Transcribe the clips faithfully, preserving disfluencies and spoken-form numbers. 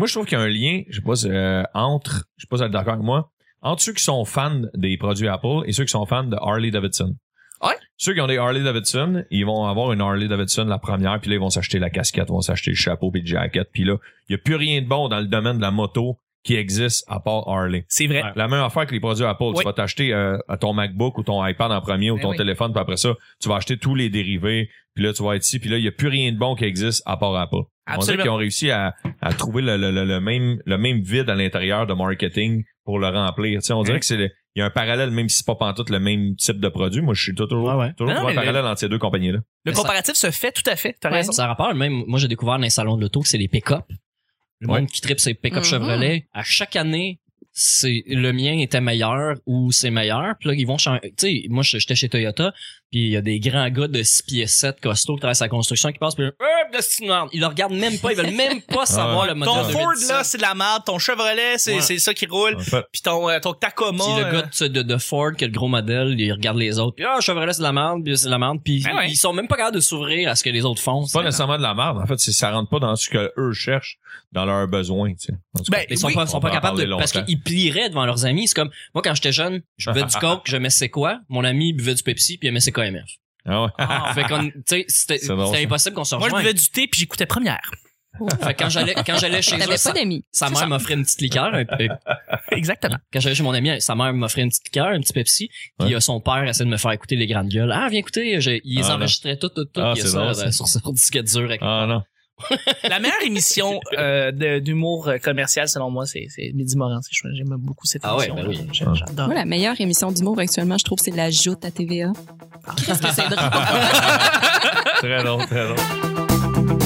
moi, je trouve qu'il y a un lien, je sais pas, euh, entre, je sais pas si vous êtes d'accord avec moi, entre ceux qui sont fans des produits Apple et ceux qui sont fans de Harley-Davidson. Ouais. Ceux qui ont des Harley-Davidson, ils vont avoir une Harley-Davidson la première, puis là, ils vont s'acheter la casquette, ils vont s'acheter le chapeau puis le jacket, puis là, il y a plus rien de bon dans le domaine de la moto qui existe à part Harley. C'est vrai. La même affaire que les produits Apple. Oui. Tu vas t'acheter euh, ton MacBook ou ton iPad en premier ou Ben ton oui. téléphone, puis après ça, tu vas acheter tous les dérivés, puis là, tu vas être ici, puis là, il y a plus rien de bon qui existe à part Apple. On dirait Absolument. qu'ils ont réussi à, à trouver le, le, le, le même le même vide à l'intérieur de marketing pour le remplir. Tu sais, on dirait Ouais. que c'est le, il y a un parallèle, même si c'est pas pantoute le même type de produit. Moi, je suis toujours, Ouais, ouais. toujours Non, trouvé un mais parallèle entre ces deux compagnies-là. Le Mais ça- comparatif se fait tout à fait. T'as Ouais. raison. Ça rappelle même, moi j'ai découvert dans les salons de l'auto que c'est les pick-up. Le Ouais. monde qui tripe ses pick-up Mhm. Chevrolet, à chaque année, c'est le mien était meilleur ou c'est meilleur. Puis là, ils vont changer. Tu sais, moi j'étais chez Toyota, puis il y a des grands gars de six pieds sept costauds qui travaillent sur la construction qui passent, puis euh, de style merde. Ils le regardent même pas, ils veulent même pas savoir le modèle Ton deux Ford, mille dix-sept. là, c'est de la merde. Ton Chevrolet, c'est, Ouais. c'est ça qui roule. En fait, Puis ton, euh, ton Tacoma. Si le euh, gars de, de, de Ford qui a le gros modèle, il regarde les autres, puis ah, Chevrolet c'est de la merde, puis c'est de la merde, puis Ben ouais. ils sont même pas capables de s'ouvrir à ce que les autres font. c'est pas nécessairement de la merde. En fait, c'est, ça rentre pas dans ce que eux cherchent, dans leurs besoins, tu sais. En tout cas. Ben, Ils sont oui, pas, sont on pas va en capables de, parler parce longtemps. qu'ils plieraient devant leurs amis. C'est comme, moi, quand j'étais jeune, je buvais du coke, je c'est quoi? Mon ami buvait du Pepsi puis il aimait ses K M F. Ah ouais. Ah. Fait qu'on, tu sais, c'était, C'est drôle, c'était ça. impossible qu'on se Moi, je rejoigne. buvais du thé puis j'écoutais première. Fait que quand j'allais, quand j'allais chez eux, T'avais sa, pas d'amis. sa C'est mère ça. m'offrait une petite liqueur. un- un- Exactement. quand j'allais chez mon ami, sa mère m'offrait une petite liqueur, un petit Pepsi. Puis Ouais. euh, son père essayait de me faire écouter les grandes gueules. Ah, viens écouter. J'ai- il les Ah, non. enregistrait tout, tout, tout. Ah, puis il y a c'est ça, drôle, euh, ça. sur sur disquette dure avec Ah non. La meilleure émission euh, de, d'humour euh, commercial, selon moi, c'est, c'est Midi Morancy. Je- J'aime beaucoup cette Ah ouais, émission. ben oui. J'adore. J'adore. Moi, la meilleure émission d'humour actuellement, je trouve, c'est La Joute à T V A. Qu'est-ce que c'est drôle. Très drôle, très drôle.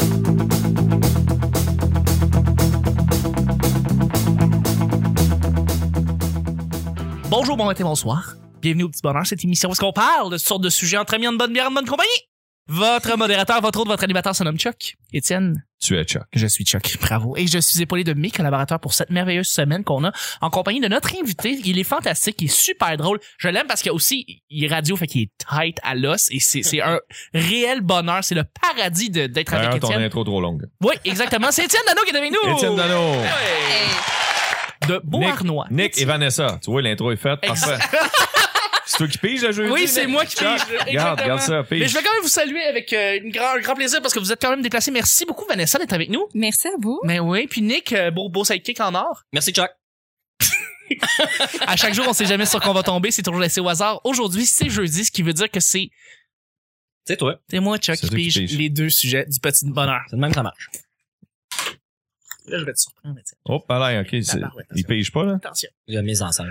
Bonjour, bon matin, bonsoir. Bienvenue au Petit Bonheur, cette émission où est-ce qu'on parle de toutes sortes de sujets entre amis, en bonne bière, en bonne compagnie. Votre modérateur, votre autre, votre animateur se nomme Chuck. Étienne, Tu es Chuck. je suis Chuck. Bravo. Et je suis épaulé de mes collaborateurs pour cette merveilleuse semaine qu'on a en compagnie de notre invité. Il est fantastique, il est super drôle. Je l'aime parce qu'il aussi, il est radio, fait qu'il est tight à l'os et c'est, c'est un réel bonheur. C'est le paradis de, d'être D'ailleurs, avec ton Étienne. intro trop longue. Oui, exactement. C'est Étienne Dano qui est avec nous. Étienne Dano. Ouais. De Beauharnois. Nick et Vanessa. Tu vois, l'intro est faite. Parfait. C'est toi qui pige, le jeu? Oui, c'est moi qui pige. Regarde, Exactement. regarde ça, pige. Mais je vais quand même vous saluer avec euh, une grand, un grand plaisir parce que vous êtes quand même déplacés. Merci beaucoup, Vanessa, d'être avec nous. Merci à vous. Mais oui, puis Nick, euh, beau, beau sidekick en or. Merci, Chuck. À chaque jour, on sait jamais sur quoi on va tomber. C'est toujours laissé au hasard. Aujourd'hui, c'est jeudi, ce qui veut dire que c'est, C'est toi. c'est moi, Chuck, C'est qui toi qui pige pige. les deux sujets du petit bonheur. C'est de même que ça marche. Là, je vais te surprendre, Étienne. Oh, pas là, ok. c'est- Tabarouette, Il pige pas, là? Attention. Il y a mes enceintes.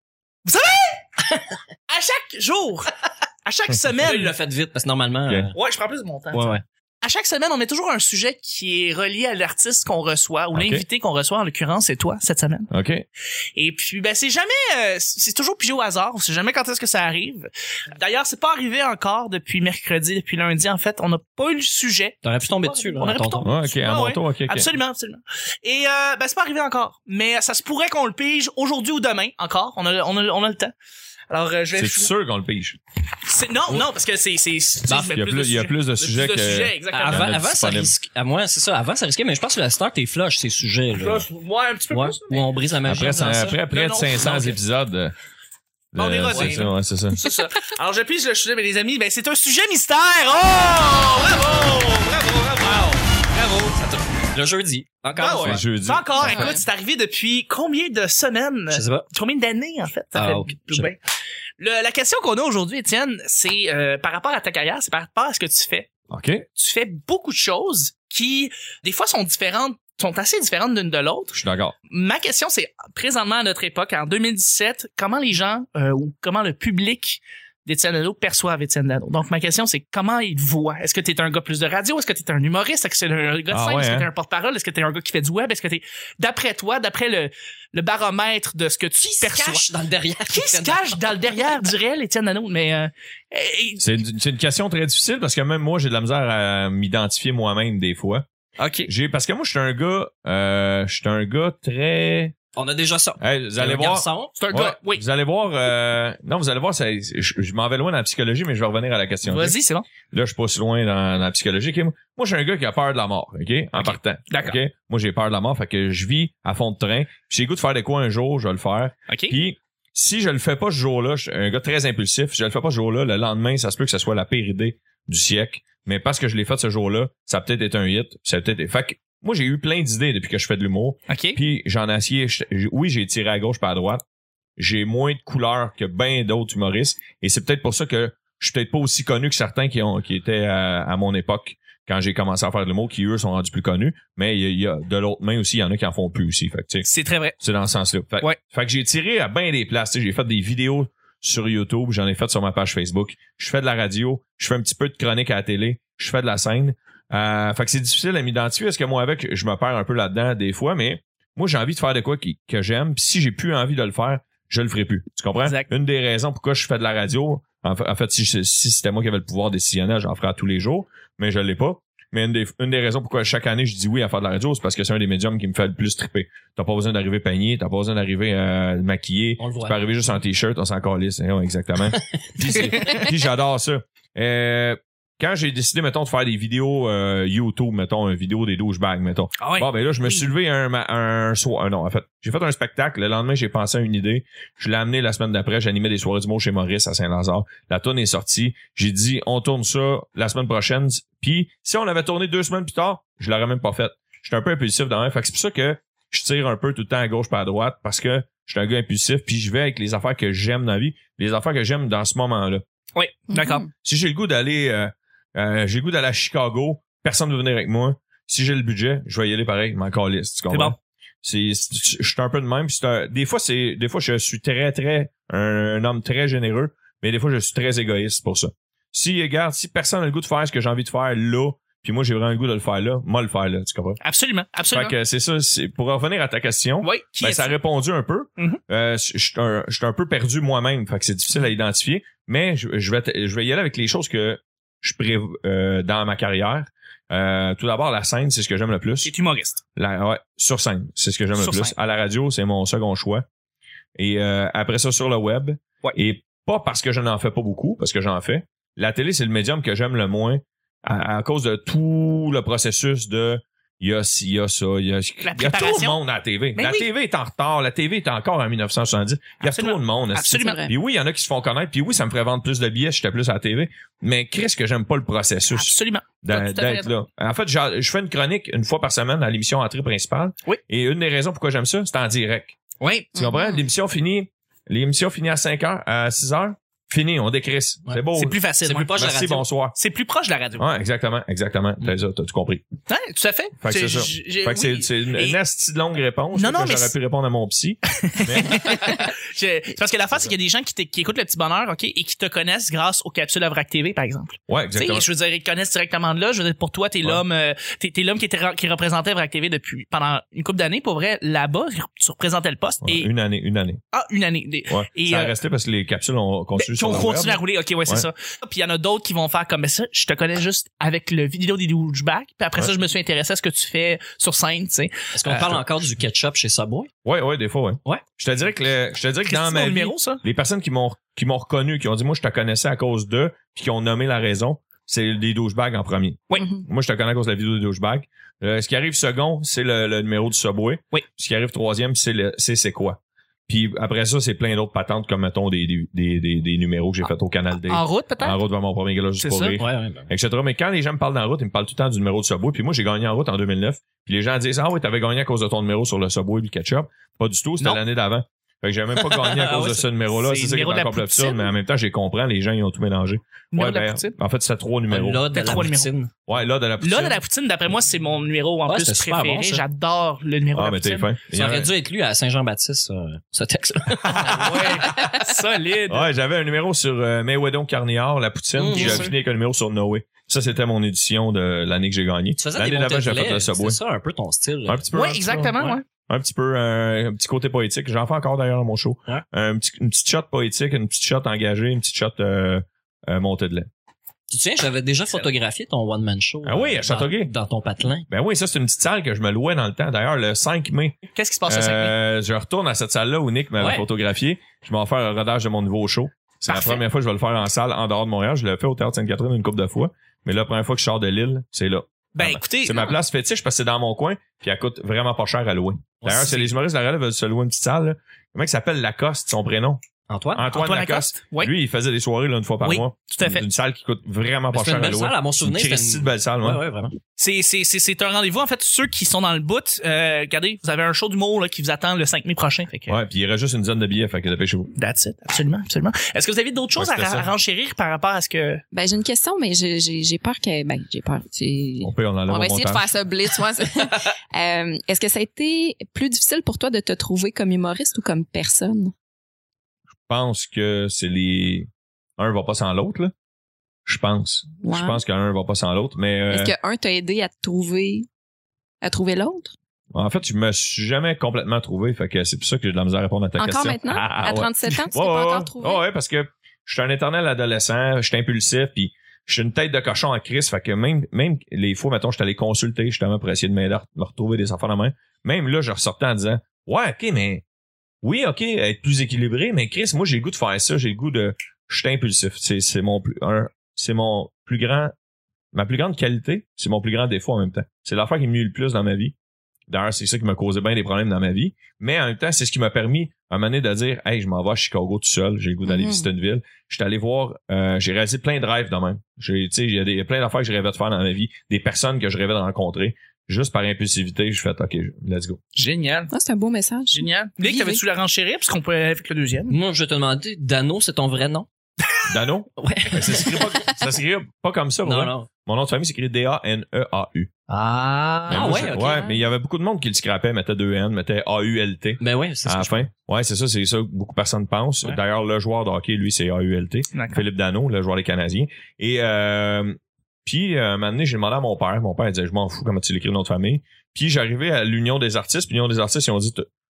À chaque jour, à chaque Là, il semaine, l'a fait vite parce que normalement. Ok. euh, ouais, je prends plus de mon temps. ouais, ouais. À chaque semaine, on met toujours un sujet qui est relié à l'artiste qu'on reçoit ou Ok. l'invité qu'on reçoit. En l'occurrence, c'est toi cette semaine. OK. Et puis, ben, c'est jamais, euh, c'est toujours pigé au hasard. On sait jamais quand est-ce que ça arrive. D'ailleurs, c'est pas arrivé encore depuis mercredi, depuis lundi. En fait, on n'a pas eu le sujet. T'aurais pu tomber dessus, là. On aurait à pu ton tomber. tour. Ouais, OK. À Ah mon ouais. tour, OK, OK. Absolument, absolument. Et euh, ben, c'est pas arrivé encore. Mais ça se pourrait qu'on le pige aujourd'hui ou demain encore. On a, on a, on a le temps. Alors, euh, je vais. C'est sûr qu'on le pige. C'est- non, non, parce que c'est, c'est. c'est- Bah, je mets il y a de plus- il y a sujets. plus de sujets plus de que- sujets, exactement. Avant, Il y en a avant ça disponible. risque, à moi, c'est ça, avant ça risquait, mais je pense que la star t'es flush, ces sujets, là. Là, ouais, un petit peu Ouais. plus. Où on brise la magie. Après, en ça- faisant ça. après près de Non, non, cinq cents non, ok. épisodes. euh, On est euh, rodé, c'est ça, là. ouais, c'est ça. C'est ça. Alors, je pige le sujet, mais les amis, ben, c'est un sujet mystère. Oh! Bravo! Bravo, bravo! Bravo! Ça te- Le jeudi. Encore Ah une ouais. fois. C'est jeudi. Ça encore, Ouais. écoute, c'est arrivé depuis combien de semaines? Je sais pas. Combien d'années, en fait? Ça Ah, fait ok. plus Je- bien. Le- la question qu'on a aujourd'hui, Étienne, c'est euh, par rapport à ta carrière, c'est par rapport à ce que tu fais. OK. Tu fais beaucoup de choses qui, des fois, sont différentes, sont assez différentes l'une de l'autre. Je suis d'accord. Ma question, c'est présentement à notre époque, en deux mille dix-sept, comment les gens euh, ou comment le public d'Étienne Dano perçoivent Étienne Dano. Donc, ma question, c'est comment ils te voient. Est-ce que t'es un gars plus de radio? Est-ce que t'es un humoriste? Est-ce que c'est un gars de Ah scène? ouais, Est-ce que t'es hein? un porte-parole? Est-ce que t'es un gars qui fait du web? Est-ce que t'es, d'après toi, d'après le, le baromètre de ce que tu Qui se perçois? cache dans le derrière? Qui se cache dans le derrière du réel, Étienne Dano? Mais, euh, eh, C'est une, c'est une question très difficile parce que même moi, j'ai de la misère à m'identifier moi-même des fois. OK. J'ai, parce que moi, je suis un gars, euh, je suis un gars très, On a déjà ça. Hey, vous allez Un voir. garçon. C'est un Ouais, gars, oui. Vous allez voir, euh, non, vous allez voir, ça, je, je m'en vais loin dans la psychologie, mais je vais revenir à la question. Vas-y, c'est bon. Là, je suis pas si loin dans, dans la psychologie. Okay? Moi, je suis un gars qui a peur de la mort, OK? En Ok. partant. D'accord. OK? Moi, j'ai peur de la mort, fait que je vis à fond de train. J'ai le goût de faire des quoi un jour, je vais le faire. OK. Puis, si je le fais pas ce jour-là, je suis un gars très impulsif, si je le fais pas ce jour-là, le lendemain, ça se peut que ce soit la pire idée du siècle. Mais parce que je l'ai fait ce jour-là, ça a peut-être été un hit. Ça a peut-être été... Fait que, moi, j'ai eu plein d'idées depuis que je fais de l'humour. OK. Puis j'en ai essayé. je- Oui, j'ai tiré à gauche pas à droite. J'ai moins de couleurs que bien d'autres humoristes. Et c'est peut-être pour ça que je suis peut-être pas aussi connu que certains qui ont qui étaient à, à mon époque quand j'ai commencé à faire de l'humour, qui eux sont rendus plus connus. Mais il y a, il y a de l'autre main aussi, il y en a qui en font plus aussi. Fait que tu sais, C'est très vrai. c'est dans ce sens-là. Fait, Ouais. fait que j'ai tiré à bien des places. Tu sais, j'ai fait des vidéos sur YouTube, j'en ai fait sur ma page Facebook. Je fais de la radio, je fais un petit peu de chronique à la télé, je fais de la scène. Euh, fait que c'est difficile à m'identifier. Est-ce que moi avec, je me perds un peu là-dedans des fois, mais moi j'ai envie de faire de quoi qui, que j'aime. Puis si j'ai plus envie de le faire, je le ferai plus. Tu comprends? Exact. Une des raisons pourquoi je fais de la radio, en fait, en fait si, si c'était moi qui avais le pouvoir décisionnel, j'en ferais à tous les jours, mais je l'ai pas. Mais une des, une des raisons pourquoi chaque année je dis oui à faire de la radio, c'est parce que c'est un des médiums qui me fait le plus triper. T'as pas besoin d'arriver peigné, t'as pas besoin d'arriver euh, maquillé. On le Tu voit. peux arriver juste en t-shirt, on s'en calisse. Hein, ouais, exactement. puis, c'est- puis j'adore ça. Euh, quand j'ai décidé, mettons, de faire des vidéos euh, YouTube, mettons, une vidéo des douchebags, mettons. Ah ouais. Bon, ben là, je me suis levé un, ma- un soir. Non, en fait, j'ai fait un spectacle. Le lendemain, j'ai pensé à une idée. Je l'ai amené la semaine d'après. J'animais des soirées du mot chez Maurice à Saint-Lazare. La tourne est sortie. J'ai dit, on tourne ça la semaine prochaine. Puis, si on l'avait tourné deux semaines plus tard, je l'aurais même pas fait. J'étais un peu impulsif dans un. Fait que c'est pour ça que je tire un peu tout le temps à gauche pas à droite parce que je suis un gars impulsif. Puis, je vais avec les affaires que j'aime dans la vie. Les affaires que j'aime dans ce moment-là. Oui, d'accord. Mhm. Si j'ai le goût d'aller euh, euh, j'ai le goût d'aller à Chicago, personne ne veut venir avec moi. Si j'ai le budget, je vais y aller pareil, m'en calisse, tu comprends? bon. C'est, c'est- je suis un peu de même. C'est un- des fois, c'est, des fois, je suis très, très, un, un homme très généreux, mais des fois, je suis très égoïste pour ça. Si, regarde, si personne n'a le goût de faire ce que j'ai envie de faire là, puis moi, j'ai vraiment le goût de le faire là, moi, le faire là, tu comprends? Absolument, absolument. Fait que c'est ça, c'est, pour revenir à ta question, Oui, qui ben, est ça a répondu un peu. Mhm. Euh, je je suis un, je suis un peu perdu moi-même, fait que c'est difficile à identifier. Mais je, je vais, t- je vais y aller avec les choses que je prévois euh, dans ma carrière. Euh, tout d'abord, la scène, c'est ce que j'aime le plus. qui est humoriste. La, ouais, sur scène, c'est ce que j'aime le Sur plus. scène. À la radio, c'est mon second choix. Et euh, après ça, sur le web. Ouais. Et pas parce que je n'en fais pas beaucoup, parce que j'en fais. La télé, c'est le médium que j'aime le moins à, à cause de tout le processus de il y a ci, il y a ça, il y a, La il y a tout le préparation. monde à la T V. Mais la oui. T V est en retard, la T V est encore en dix-neuf cent soixante-dix. Il y a Absolument. trop de monde. esti. Absolument. C'est vrai. Puis oui, il y en a qui se font connaître, puis oui, ça me ferait vendre plus de billets si j'étais plus à la T V. Mais Chris, que j'aime pas le processus Absolument. d'a- T'as tout à fait d'être là. En fait, genre, je fais une chronique une fois par semaine à l'émission Entrée principale. Oui. Et une des raisons pourquoi j'aime ça, c'est en direct. Oui. Tu comprends? Mhm. L'émission finit, l'émission finit à cinq heures, à six heures. Fini, on décrisse. Ouais. C'est beau. C'est plus facile. C'est ouais. plus proche de la Merci, radio. bonsoir. C'est plus proche de la radio. Ouais, exactement, exactement. T'as ça, t'as tout compris. Ouais, tout à fait. Fait que c'est ça. j'ai- j'ai- Fait que oui. c'est, c'est une, Et- une asti de longue réponse. Non, Fait non, que mais j'aurais c'est- pu répondre à mon psy. Mais, j'ai- c'est parce que la face, c'est qu'il y a des gens qui, t- qui écoutent le petit bonheur, OK, et qui te connaissent grâce aux capsules à Vrac T V, par exemple. ouais, Tu sais, exactement. je veux dire, ils te connaissent directement de là. Je veux dire, pour toi, t'es Ouais. l'homme, euh, t'es, t'es l'homme qui était, qui représentait Vrac T V depuis, pendant une couple d'années. Pour vrai, là-bas, tu représentais le poste. Ouais, et, une année, une année. ah, une année. Des- Ouais. Et, ça a euh, resté parce que les capsules ont continué qui sur ont le continué web. à rouler. OK, ouais, c'est Ouais. ça. Puis il y en a d'autres qui vont faire comme mais ça. Je te connais juste avec le vidéo des douchebags. Puis après Ouais. ça, je me suis intéressé à ce que tu fais sur scène, tu sais. Est-ce qu'on Euh, parle encore du ketchup chez Subway? Ouais, ouais, des fois, ouais. Ouais. Je te dirais que le, je te dirais que Qu'est-ce dans que ma c'est ton vie, numéro, ça? les personnes qui m'ont, qui m'ont reconnu, qui ont dit, moi, je te connaissais à cause d'eux, puis qui ont nommé la raison, c'est des douchebags en premier. Oui. Mhm. Moi, je te connais à cause de la vidéo des douchebags. Euh, ce qui arrive second, c'est le, le numéro du Subway. Oui. Ce qui arrive troisième, c'est le, c'est c'est quoi. Puis après ça, c'est plein d'autres patentes comme, mettons, des, des, des, des, des numéros que j'ai fait au Canal D. En route, peut-être? En route vers mon premier gala juste C'est pour ça. rire. Ouais, ouais. ben. et cetera. Mais quand les gens me parlent d'en route, ils me parlent tout le temps du numéro de Subway. Puis moi, j'ai gagné en route en deux mille neuf. Puis les gens disent, ah oui, t'avais gagné à cause de ton numéro sur le Subway et le ketchup. Pas du tout, c'était Non. l'année d'avant. Fait que j'ai même pas gagné à Ah cause ouais, de c'est- ce numéro-là. c'est C'est le ça qui est numéro de la encore plus absurde, poutine. mais en même temps, j'ai comprends, les gens, ils ont tout mélangé. Numéro Ouais, de la ben, poutine. en fait, c'était trois numéros. Là, de T'as la trois numéros. poutine. Ouais, là, de la poutine. Là, de la poutine, d'après moi, c'est mon numéro en Ouais, plus c'était super préféré. bon, ça. J'adore le numéro Ah, de mais la t'es poutine. fin. Il y Ça en a- aurait dû être lu à Saint-Jean-Baptiste, euh, ce texte. ouais. Solide. Ouais, j'avais un numéro sur euh, Mayweather Carniard, la poutine, Mmh, puis bien j'ai sûr. fini avec un numéro sur Noé. Ça, c'était mon édition de l'année que j'ai gagné. Tu faisais L'année des d'avant, montées j'ai de fait le lait. Subway. C'est ça un peu ton style. Un petit peu. Ouais, un petit peu. exactement, ouais. ouais. Un petit peu euh, un petit côté poétique. J'en fais encore d'ailleurs dans mon show. Ouais. Un petit, une petite shot poétique, une petite shot engagée, une petite shot euh, euh, montée de lait. Tu te souviens, j'avais déjà photographié ton one-man show. Ah oui, à dans- Châteauguay. Dans ton patelin. Ben oui, ça, c'est une petite salle que je me louais dans le temps. D'ailleurs, le cinq mai, Qu'est-ce qui se passe le cinq mai? euh, je retourne à cette salle-là où Nick m'avait Ouais. photographié. Je vais en faire un rodage de mon nouveau show. C'est Parfait. la première fois que je vais le faire en salle, en dehors de Montréal. Je l'ai fait au Théâtre Sainte-Catherine une couple de fois. Mais la première fois que je sors de l'île, c'est là. Ben, Ah, écoutez. C'est ma place fétiche parce que c'est dans mon coin, puis elle coûte vraiment pas cher à louer. D'ailleurs, Ouais, c'est les humoristes de la relève veulent se louer une petite salle. Là. Le mec s'appelle Lacoste, son prénom. Antoine? Antoine, Antoine Lacoste. Lacoste. Oui. Lui, il faisait des soirées là, une fois par Oui, mois. tout à fait. Une salle qui coûte vraiment pas C'était cher une à belle louer. salle, à mon C'est une souvenir. c'était Christie une- de belle salle, ouais. Ouais, ouais, vraiment. C'est, c'est, c'est, c'est un rendez-vous. En fait, ceux qui sont dans le bout, euh, regardez, vous avez un show d'humour, là, qui vous attend le cinq mai prochain. Fait que, Ouais, puis il reste juste une dizaine de billets, fait que dépêchez-vous. that's it. Absolument, absolument. Est-ce que vous avez d'autres choses Ouais, à, c'était ça. à renchérir par rapport à ce que, Ben, j'ai une question, mais j'ai, j'ai, j'ai peur que, ben, j'ai peur. C'est- On peut, on enlève On au va essayer de montage. faire ça blitz, moi. euh, est-ce que ça a été plus difficile pour toi de te trouver comme humoriste ou comme personne? Je pense que c'est les... Un va pas sans l'autre, là. Je pense. Ouais. Je pense qu'un va pas sans l'autre, mais... euh, Est-ce que un t'a aidé à te trouver, à trouver l'autre? En fait, je me suis jamais complètement trouvé, fait que c'est pour ça que j'ai de la misère à répondre à ta Encore question. maintenant? Ah, à ouais. trente-sept ans, tu t'es Ouais, pas ouais, encore ouais. trouvé? Ouais, ouais, parce que je suis un éternel adolescent, je suis impulsif, puis je suis une tête de cochon en crise, fait que même même les fois, mettons, je suis allé consulter justement pour essayer de m'aider à me retrouver des enfants de main. Même là, je ressortais en disant, ouais, ok, mais oui, ok, être plus équilibré, mais Chris, moi, j'ai le goût de faire ça, j'ai le goût de, je suis impulsif. C'est c'est mon plus un, c'est mon plus grand, ma plus grande qualité, c'est mon plus grand défaut en même temps. C'est l'affaire qui me nuit le plus dans ma vie. D'ailleurs, c'est ça qui m'a causé bien des problèmes dans ma vie. Mais en même temps, c'est ce qui m'a permis à un moment donné de dire, hey, je m'en vais à Chicago tout seul. J'ai le goût d'aller Mhm. visiter une ville. Je suis allé voir, euh, j'ai réalisé plein de rêves de même. J'ai, tu sais, il y a des, il y a plein d'affaires que je rêvais de faire dans ma vie. Des personnes que je rêvais de rencontrer. Juste par impulsivité, je fais, OK, let's go. génial. Ah, c'est un beau message. Génial. Nick, Vivez. t'avais-tu la renchérir? Parce qu'on peut aller avec le deuxième. Moi, je vais te demander, Dano, c'est ton vrai nom? Dano? Ouais. Ça s'écrit pas, ça s'écrit pas comme ça, pour Non, vrai. non. Mon nom de famille s'écrit D A N E A U. Ah. Mais Ah moi, ouais, je- ok. ouais, mais il y avait beaucoup de monde qui le scrapait, mettait deux N, mettait A U L T. Ben ouais, c'est À ça. la que je fin. Ouais, c'est ça, c'est ça que beaucoup de personnes pensent. Ouais. D'ailleurs, le joueur de hockey, lui, c'est A U L T. D'accord. Philippe Dano, le joueur des Canadiens. Et euh, puis, euh, un moment donné, j'ai demandé à mon père. Mon père il disait, je m'en fous comment tu l'écris notre famille. Puis, j'arrivais à l'Union des artistes. Puis, l'Union des artistes, ils ont dit,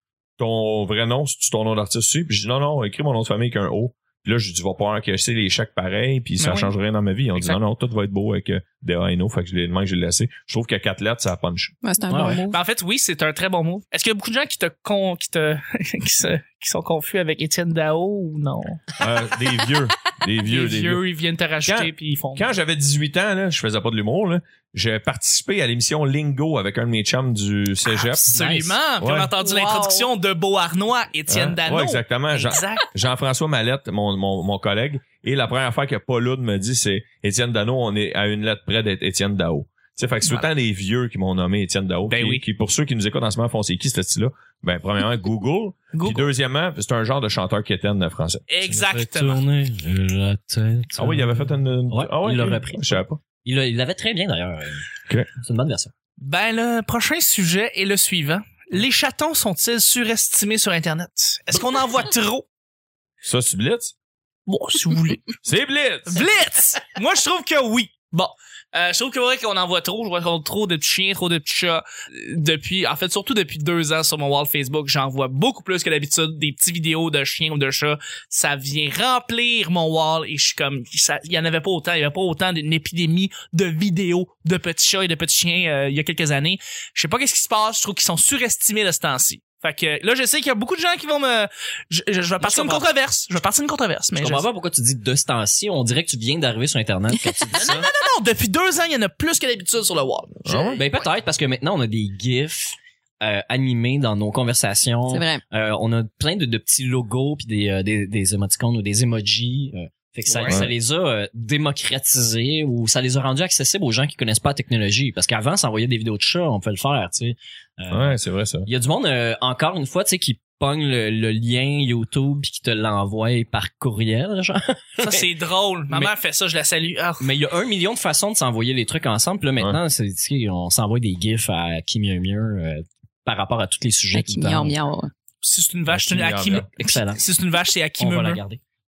ton vrai nom, c'est ton nom d'artiste aussi. Puis, j'ai dit, non, non, écris mon nom de famille avec un O. Puis là, je dis, tu vas pas encaisser les chèques pareils, puis ça Ben oui. change rien dans ma vie. Ils ont Exact. dit, non, non, tout va être beau avec euh, D A N O. Fait que je l'ai, demain, je l'ai laissé. Je trouve que quatre lettres, ça punch. Ouais, c'est un Ouais, bon ouais. mot. Ben, en fait, oui, c'est un très bon mot. Est-ce qu'il y a beaucoup de gens qui te con, qui te, qui se, qui sont confus avec Étienne Dao ou non? Euh, des vieux. Des vieux, Les des vieux, vieux. ils viennent te racheter Quand- puis ils font. Quand j'avais dix-huit ans, là, je faisais pas de l'humour, là. J'ai participé à l'émission Lingo avec un de mes chums du cégep. Absolument. Nice. Puis on Ouais. a entendu Wow. l'introduction de Beauharnois, Étienne Hein? Dano. Ouais, exactement. Jean- Exact. Jean-François Mallette, mon, mon, mon collègue. Et la première fois que Paul Hood me dit, c'est Étienne Dano, on est à une lettre près d'être Étienne Dao. Tu sais, fait que c'est tout le temps des vieux qui m'ont nommé Étienne Dao. Ben qui, oui. qui, pour ceux qui nous écoutent en ce moment, font c'est qui ce style-là? Ben, premièrement, Google. Puis Google. deuxièmement, c'est un genre de chanteur quétaine français. Exactement. tourner la tête. Ah oui, il avait fait une... une- Ouais, ah il l'a ok. repris. Je savais pas. Il l'a- il l'avait très bien d'ailleurs. Ok. C'est une bonne version. Ben, le prochain sujet est le suivant. Les chatons sont-ils surestimés sur Internet? Est-ce qu'on en voit trop? Ça, c'est Blitz? Bon, si vous voulez. C'est Blitz! Blitz! Moi, je trouve que oui. Bon. Euh, je trouve que vrai qu'on en voit trop. Je vois qu'on- trop de petits chiens, trop de petits chats. Euh, Depuis, en fait, surtout depuis deux ans sur mon wall Facebook, j'en vois beaucoup plus que d'habitude. Des petites vidéos de chiens ou de chats. Ça vient remplir mon wall et je suis comme, ça, il y en avait pas autant. Il y avait pas autant d'une épidémie de vidéos de petits chats et de petits chiens euh, il y a quelques années. Je sais pas qu'est-ce qui se passe. Je trouve qu'ils sont surestimés de ce temps-ci. Fait que là, je sais qu'il y a beaucoup de gens qui vont me... Je, je, je vais partir une comprends. controverse. Je vais partir une controverse. Mais Je je comprends sais- pas pourquoi tu dis de ce temps-ci. On dirait que tu viens d'arriver sur Internet quand tu dis ça. Non, depuis deux ans, il y en a plus que d'habitude sur le wall. Je- Ah ouais? Ben peut-être parce que maintenant on a des gifs euh, animés dans nos conversations. C'est vrai. Euh, on a plein de, de petits logos puis des, euh, des des émoticônes ou des emojis. Euh, fait que ça, Ouais. ça les a euh, démocratisés ou ça les a rendus accessibles aux gens qui connaissent pas la technologie. Parce qu'avant, s'envoyer des vidéos de chats, on peut le faire, tu sais. Euh, Ouais, c'est vrai, ça. Il y a du monde, euh, encore une fois, tu sais, qui pogne le, le lien YouTube puis qui te l'envoie par courriel, genre. Ça, c'est drôle. Ma Mais- mère fait ça, je la salue. Ah. Mais il y a un million de façons de s'envoyer les trucs ensemble. Puis là, maintenant, c'est, tu sais, on s'envoie des gifs à qui mieux mieux euh, par rapport à tous les sujets Qui tout le temps. miaou miaou. Si c'est une vache, c'est une Qui Aki- miaou. Excellent. Si c'est une vache, c'est Aki On va la Murmur. garder.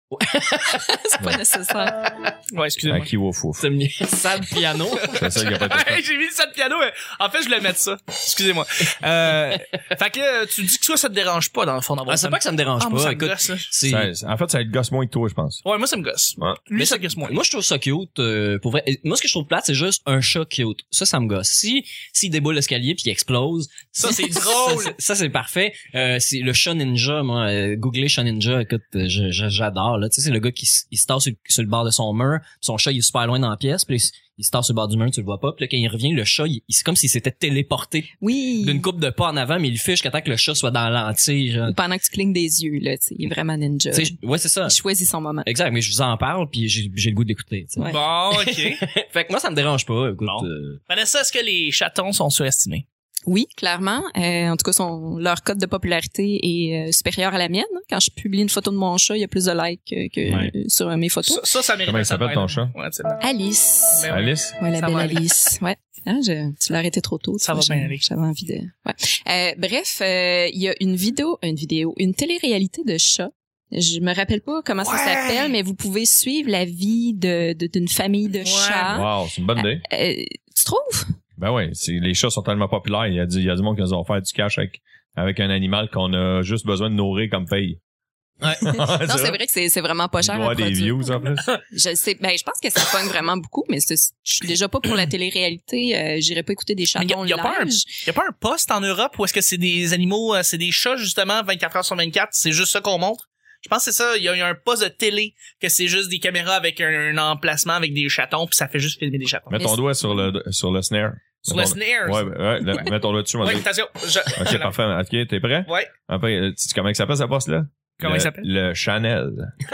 C'est pas nécessaire. Ouais, excusez-moi. À Kiwofouf. C'est mis ça de piano. C'est ça qui a pas été fait. Ouais, j'ai mis ça de piano, mais en fait, je voulais mettre ça. Excusez-moi. Euh, fait que euh, tu dis que toi, ça te dérange pas, dans le fond, d'avoir Ah, c'est pas que ça me dérange Ah, moi, pas. ça me Écoute, gosse, là. c'est... Ça- En fait, ça le gosse moins que toi, je pense. Ouais, moi, ça me gosse. Ouais. Lui, Mais ça ça- gosse moins. Moi, je trouve ça cute, euh, pour vrai. Et moi, ce que je trouve plate, c'est juste un chat cute. Ça, ça me gosse. Si, s'il déboule l'escalier puis il explose. Ça, c'est drôle. Ça, c'est- ça, c'est parfait. Euh, c'est le chat ninja, moi. Euh, googlez chat ninja. Écoute, euh, je- je- j'adore, là. Tu sais, c'est le gars qui s- il se tasse sur, sur le bord de son mur. Son chat, il est super loin dans la pièce. Puis il, il se tasse sur le bord du mur, tu le vois pas. Puis là, quand il revient, le chat, il, il- c'est comme s'il s'était téléporté Oui. d'une coupe de pas en avant, mais il fiche jusqu'à temps que le chat soit dans la lentille, genre. Pendant que tu clignes des yeux, là, tu sais, il est vraiment ninja. Tu sais, ouais, c'est ça. Il choisit son moment. Exact, mais je vous en parle puis j'ai, j'ai le goût d'écouter, tu sais. Ouais. Bon, OK. Fait que moi, ça me dérange pas. Écoute, Bon. euh, Vanessa, est-ce que les chatons sont surestimés? Oui, clairement. Euh, en tout cas, son, leur cote de popularité est euh, supérieure à la mienne. Quand je publie une photo de mon chat, il y a plus de likes que, que Ouais. euh, sur mes photos. Ça, ça, ça mérite Comment un il s'appelle, sapin, ton là. chat? Ouais, c'est bon. Alice. Ben ouais. Alice? Ouais, la Ça belle va aller. Alice. Ouais. Hein, je, tu l'as arrêté trop tôt. Ça tu va vois, bien j'ai- aller. J'avais envie de... Ouais. Euh, bref, euh, il y a une vidéo, une vidéo, une télé-réalité de chat. Je me rappelle pas comment ça Ouais. s'appelle, mais vous pouvez suivre la vie de de- d'une famille de chats. Wow, c'est une bonne idée. Euh, tu trouves? Ben ouais, c'est, les chats sont tellement populaires. Il y a du, il y a du monde qui nous ont offert du cash avec, avec un animal qu'on a juste besoin de nourrir comme paye. Ouais. Non, c'est vrai que c'est c'est vraiment pas Il cher doit à avoir des produire. views en plus. Je sais, ben je pense que ça pogne vraiment beaucoup, mais c'est- je suis déjà pas pour la télé-réalité. Euh, J'irai pas écouter des Mais y a- chatons y a pas un- live. Y a pas un poste en Europe où est-ce que c'est des animaux, euh, c'est des chats, justement, vingt-quatre heures sur vingt-quatre, c'est juste ça qu'on montre? Je pense que c'est ça. Il y, a y a un poste de télé que c'est juste des caméras avec un, un emplacement avec des chatons, puis ça fait juste filmer des chatons. Mets ton Mais doigt sur le, sur le snare. Sur Mets le ton- snare. Ouais, ben, ouais, le- mets ton doigt dessus, moi. Ouais, je- attention. Je, Ok, je- parfait. Ok, t'es prêt? Ouais. Après, euh, tu sais comment il s'appelle, ça passe là? Comment Le- il s'appelle? Le Chanel.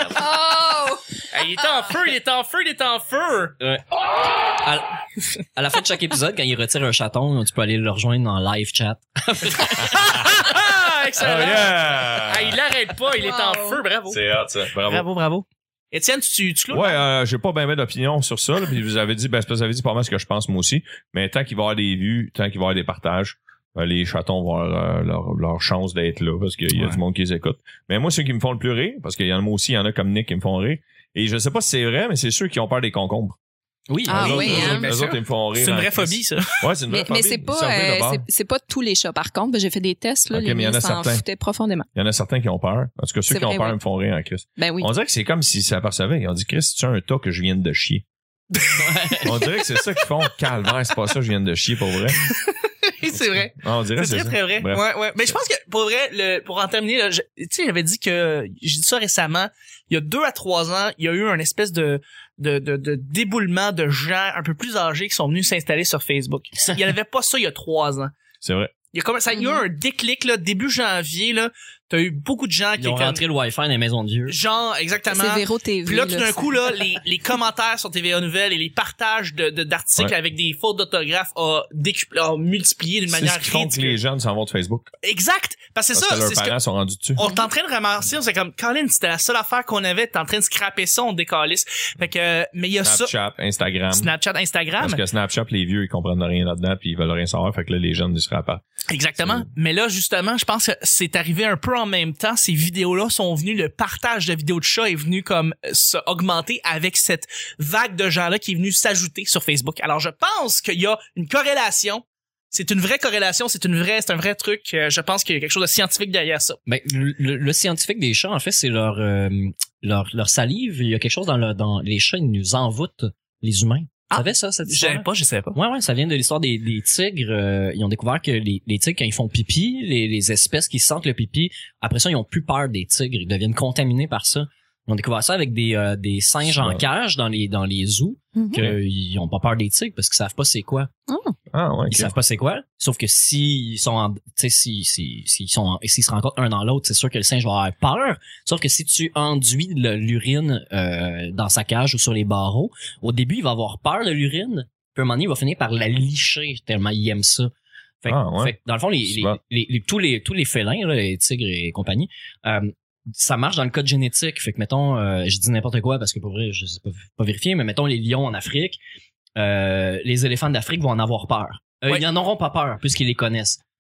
Oh! Hey, il est en feu, il est en feu, il est en feu! Ouais. À, à la fin de chaque épisode, quand il retire un chaton, tu peux aller le rejoindre en live chat. Ah, excellent! Oh yeah! Ah, il l'arrête pas, il est en Wow. feu, bravo. C'est hot, ça. Bravo. Bravo, bravo. Étienne, tu, tu clôt? Ouais, euh, j'ai pas bien ben d'opinion sur ça, là, puis vous avez dit, ben, c'est parce que vous avez dit pas mal ce que je pense moi aussi, mais tant qu'il va y avoir des vues, tant qu'il va y avoir des partages, euh, les chatons vont avoir euh, leur, leur chance d'être là, parce qu'il y a Ouais. du monde qui les écoute. Mais moi, ceux qui me font le plus rire, parce qu'il y en a moi aussi, il y en a comme Nick qui me font rire, et je sais pas si c'est vrai, mais c'est ceux qui ont peur des concombres. Oui. Ah Eux oui, autres, eux hein. autres, Bien eux sûr. autres, ils me font rire. C'est une en vraie Christ. phobie, ça. Ouais, c'est une vraie Mais, phobie. mais c'est Ils pas sont venus euh, d'abord. c'est- c'est pas tous les chats par contre. J'ai fait des tests là, Ok, les mais il y en miens a s'en certains. foutaient profondément. Il y en a certains qui ont peur. En tout cas, ceux C'est qui ont vrai, peur oui. me font rire en Christ. Ben oui. On dirait que c'est comme s'ils s'apercevaient. Ils ont dit, Chris, tu as un tas que je viens de chier. On dirait que c'est ça qu'ils font. Calvaire, c'est pas ça, je viens de chier pour vrai. C'est vrai. Ah, on dirait C'est c'est très, ça. très vrai. Bref. Ouais, ouais. Mais je pense que, pour vrai, le, pour en terminer, là, je- tu sais, j'avais dit que, j'ai dit ça récemment, il y a deux à trois ans, il y a eu un espèce de, de, de, de déboulement de gens un peu plus âgés qui sont venus s'installer sur Facebook. Il y en avait pas ça il y a trois ans. C'est vrai. Il y a comme ça, il y a eu un déclic, là, début janvier, là. T'as eu beaucoup de gens qui Ils ont étaient rentré le Wi-Fi dans les maisons de vieux. genre, exactement. C'est Véro T V. Puis là, tout d'un ça- coup, là, les, les commentaires sur T V A Nouvelles et les partages de, de, d'articles Ouais. avec des fautes d'orthographe ont décuplé, ont multiplié d'une C'est manière ce qui font que ridicule. les jeunes s'en vont de Facebook. Exact! Parce que c'est Parce ça, que leurs c'est ce que, parents sont rendus dessus. on est en train de ramasser, on c'est comme, Colin, c'était la seule affaire qu'on avait, t'es en train de scraper ça, on décalisse. Fait que, euh, mais il y a ça, Snapchat, Instagram. Snapchat, Instagram. Parce que Snapchat, les vieux, ils comprennent rien là-dedans puis ils veulent rien savoir. Fait que là, les jeunes, ils se rappellent. Exactement. C'est- Mais là, justement, je pense que c'est arrivé un peu en même temps. Ces vidéos-là sont venues, le partage de vidéos de chats est venu comme euh, se augmenter avec cette vague de gens-là qui est venue s'ajouter sur Facebook. Alors, je pense qu'il y a une corrélation. C'est une vraie corrélation, c'est une vraie, c'est un vrai truc. Euh, Je pense qu'il y a quelque chose de scientifique derrière ça. Ben, le, le- le scientifique des chats, en fait, c'est leur, euh, leur, leur salive. Il y a quelque chose dans le, dans les chats, ils nous envoûtent, les humains. Ah. Tu savais ça, cette Je histoire? savais pas, je savais pas. Ouais, ouais, ça vient de l'histoire des, des tigres. Euh, ils ont découvert que les, les tigres, quand ils font pipi, les, les espèces qui sentent le pipi, après ça, ils ont plus peur des tigres. Ils deviennent contaminés par ça. Ils ont découvert ça avec des, euh, des singes en Ouais. cage dans les, dans les zoos, Mhm. qu'ils ont pas peur des tigres parce qu'ils savent pas c'est quoi. Ah, ouais, Ils ok. savent pas c'est quoi. Sauf que s'ils sont en, tu sais, si, si, s'ils sont en- s'ils se rencontrent un dans l'autre, c'est sûr que le singe va avoir peur. Sauf que si tu enduis le- l'urine, euh, dans sa cage ou sur les barreaux, au début, il va avoir peur de l'urine. Puis à un moment donné, il va finir par la licher tellement il aime ça. Fait, que- Ah, ouais. fait que, dans le fond, les, les, Souvent. les, les- tous les, tous les félins, là, les tigres et compagnie, euh, ça marche dans le code génétique. Fait que, mettons, euh, je dis n'importe quoi parce que pour vrai, je sais pas, pas vérifier, mais mettons les lions en Afrique, euh, les éléphants d'Afrique vont en avoir peur. Euh, Ouais. Ils en auront pas peur puisqu'ils les connaissent.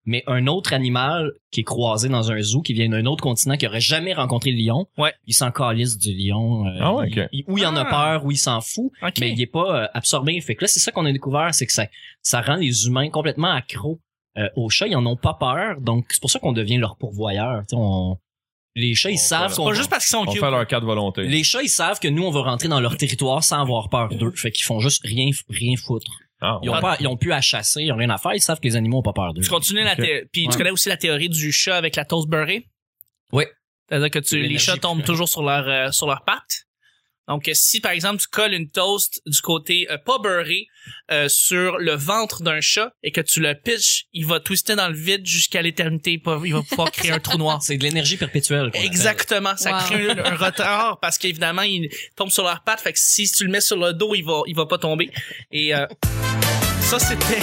mais un autre animal qui est croisé dans un zoo, qui vient d'un autre continent, qui aurait jamais rencontré le lion, Ouais. il s'en calisse du lion. euh, Ah ouais, ok. il- il- ou il en a Ah. peur, ou il s'en fout, Ok. mais il est pas euh, absorbé. Fait que là, c'est ça qu'on a découvert, c'est que ça, ça rend les humains complètement accros euh, aux chats. Ils en ont pas peur, donc c'est pour ça qu'on devient leur pourvoyeur. Tu sais, on... Les chats, ils On savent fait- qu'on... Pas juste parce qu'ils sont On cute. fait leur cas de volonté. Les chats, ils savent que nous, on va rentrer dans leur territoire sans avoir peur d'eux. Fait qu'ils font juste rien, rien foutre. Ah, Ils ont ouais. pas, ils ont plus à chasser, ils ont rien à faire. Ils savent que les animaux ont pas peur d'eux. Tu continues la Ok. thé- puis Ouais. tu connais aussi la théorie du chat avec la toast beurrée? Oui. C'est-à-dire que tu, les L'énergie chats tombent plus- toujours sur leur euh, sur leurs pattes. Donc, euh, si, par exemple, tu colles une toast du côté euh, pas beurré euh, sur le ventre d'un chat et que tu le pitches, il va twister dans le vide jusqu'à l'éternité. Il va il va pouvoir créer un trou noir. C'est de l'énergie perpétuelle. qu'on appelle. Exactement. Ça Wow. crée un, un retard parce qu'évidemment, il tombe sur leurs pattes. Fait que si tu le mets sur le dos, il va, il va pas tomber. Et euh, ça, c'était...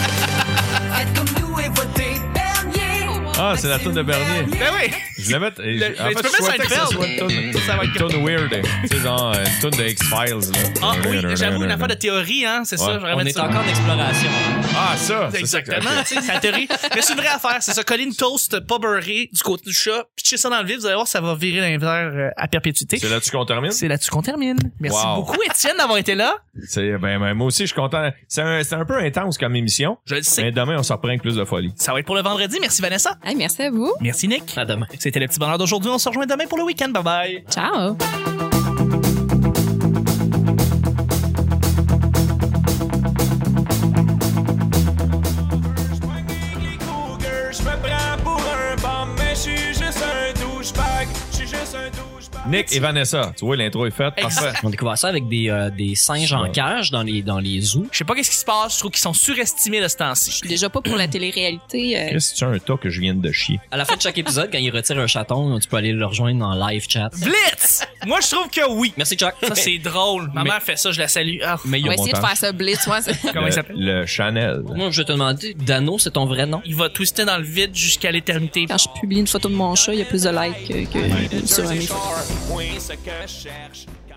Ah, c'est la toune de Bernier. Ben oui! Je l'avais. En Le- fait, mais tu peux je mettre souhaitais que ça Seinfeld. soit une toune- Ça va être une toune weird. Tu sais, genre une toune de X-Files. là. Ah oui, j'avoue, une affaire de théorie, hein, c'est ça. Ouais. j'aurais On mettre est ça. encore en exploration. Ah, ça! c'est ça. Exactement, tu sais, c'est la théorie. Mais c'est une vraie affaire, c'est ça. Coller une toast pas beurrée du côté du chat, pitcher ça dans le vide, vous allez voir, ça va virer l'inverse euh, à perpétuité. C'est là-dessus qu'on termine? C'est là-dessus qu'on termine. Merci Wow. beaucoup, Étienne, d'avoir été là. C'est, ben, ben, moi aussi, je suis content. C'est un, c'est un peu intense comme émission. Je le sais. Mais demain, on s'en reprend avec plus de folie. Ça va être pour le vendredi. Merci, Vanessa. Hey, merci à vous. Merci, Nick. À demain. C'était le petit bonheur d'aujourd'hui. On se rejoint demain pour le week-end. Bye bye. Ciao. Je me prends pour un bum, mais je suis juste un douchebag. Je suis juste un douchebag. Nick et Vanessa, tu vois, l'intro est faite. Parfait. On a découvert ça avec des, euh, des singes en Ouais. cage dans les, dans les zoos. Je sais pas qu'est-ce qui se passe. Je trouve qu'ils sont surestimés de ce temps-ci. Je suis déjà pas pour la télé-réalité. euh, Qu'est-ce que c'est un tas que je viens de chier? À la fin de chaque épisode, quand ils retirent un chaton, tu peux aller le rejoindre en live chat. Blitz! Moi, je trouve que oui. Merci, Chuck. Ça, c'est drôle. Ma Mais- mère fait ça, je la salue. Ah. Mais il y on a- va essayer de montage. faire ça blitz. Ouais, c'est- Comment il le, s'appelle? le Chanel. moi, je vais te demander, Dano, c'est ton vrai nom? Il va twister dans le vide jusqu'à l'éternité. Quand je publie une photo de mon chat, il y a plus de likes que, que sur un de mes photos. Oui, ce que je cherche.